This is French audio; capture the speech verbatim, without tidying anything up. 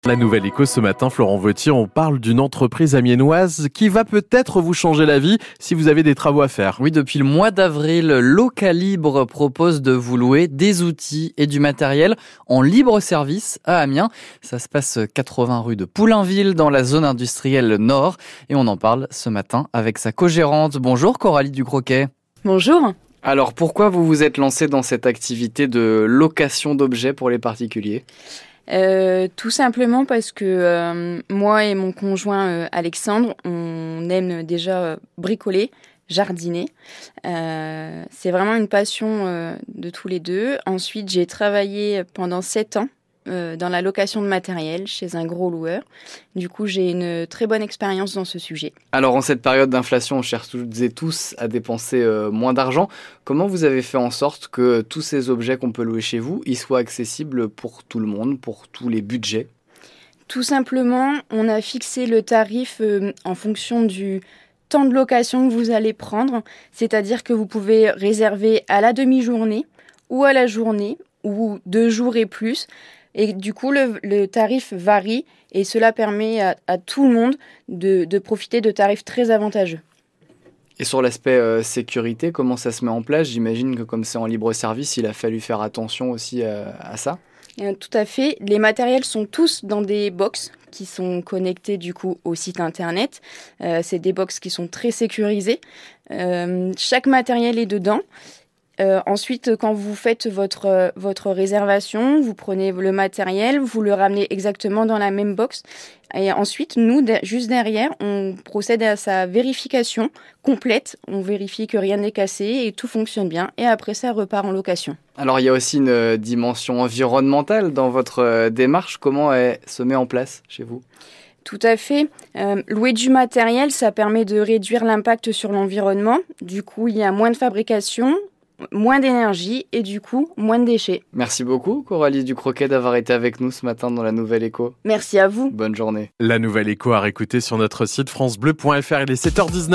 La Nouvelle Éco ce matin, Florent Vautier, on parle d'une entreprise amiénoise qui va peut-être vous changer la vie si vous avez des travaux à faire. Oui, depuis le mois d'avril, Localibre propose de vous louer des outils et du matériel en libre service à Amiens. Ça se passe quatre-vingts rue de Poulainville dans la zone industrielle nord et on en parle ce matin avec sa co-gérante. Bonjour Coralie Ducroquet. Bonjour. Alors pourquoi vous vous êtes lancée dans cette activité de location d'objets pour les particuliers ? Euh, tout simplement parce que euh, moi et mon conjoint euh, Alexandre, on aime déjà euh, bricoler, jardiner. Euh, c'est vraiment une passion euh, de tous les deux. Ensuite, j'ai travaillé pendant sept ans euh, dans la location de matériel chez un gros loueur. Du coup, j'ai une très bonne expérience dans ce sujet. Alors en cette période d'inflation, on cherche toutes et tous à dépenser euh, moins d'argent. Comment vous avez fait en sorte que tous ces objets qu'on peut louer chez vous, ils soient accessibles pour tout le monde, pour tous les budgets ? Tout simplement, on a fixé le tarif euh, en fonction du temps de location que vous allez prendre. C'est-à-dire que vous pouvez réserver à la demi-journée ou à la journée ou deux jours et plus. Et du coup, le, le tarif varie et cela permet à, à tout le monde de, de profiter de tarifs très avantageux. Et sur l'aspect euh, sécurité, comment ça se met en place ? J'imagine que comme c'est en libre service, il a fallu faire attention aussi euh, à ça. Et tout à fait. Les matériels sont tous dans des box qui sont connectés du coup au site internet. Euh, c'est des box qui sont très sécurisées. Euh, chaque matériel est dedans. Euh, ensuite, quand vous faites votre, euh, votre réservation, vous prenez le matériel, vous le ramenez exactement dans la même box. Et ensuite, nous, de, juste derrière, on procède à sa vérification complète. On vérifie que rien n'est cassé et tout fonctionne bien. Et après, ça repart en location. Alors, il y a aussi une euh, dimension environnementale dans votre euh, démarche. Comment elle se met en place chez vous ? Tout à fait. Euh, louer du matériel, ça permet de réduire l'impact sur l'environnement. Du coup, il y a moins de fabrication, moins d'énergie et du coup, moins de déchets. Merci beaucoup, Coralie Ducroquet, d'avoir été avec nous ce matin dans la Nouvelle Éco. Merci à vous. Bonne journée. La Nouvelle Éco à réécouter sur notre site francebleu point f r. Il est sept heures dix-neuf.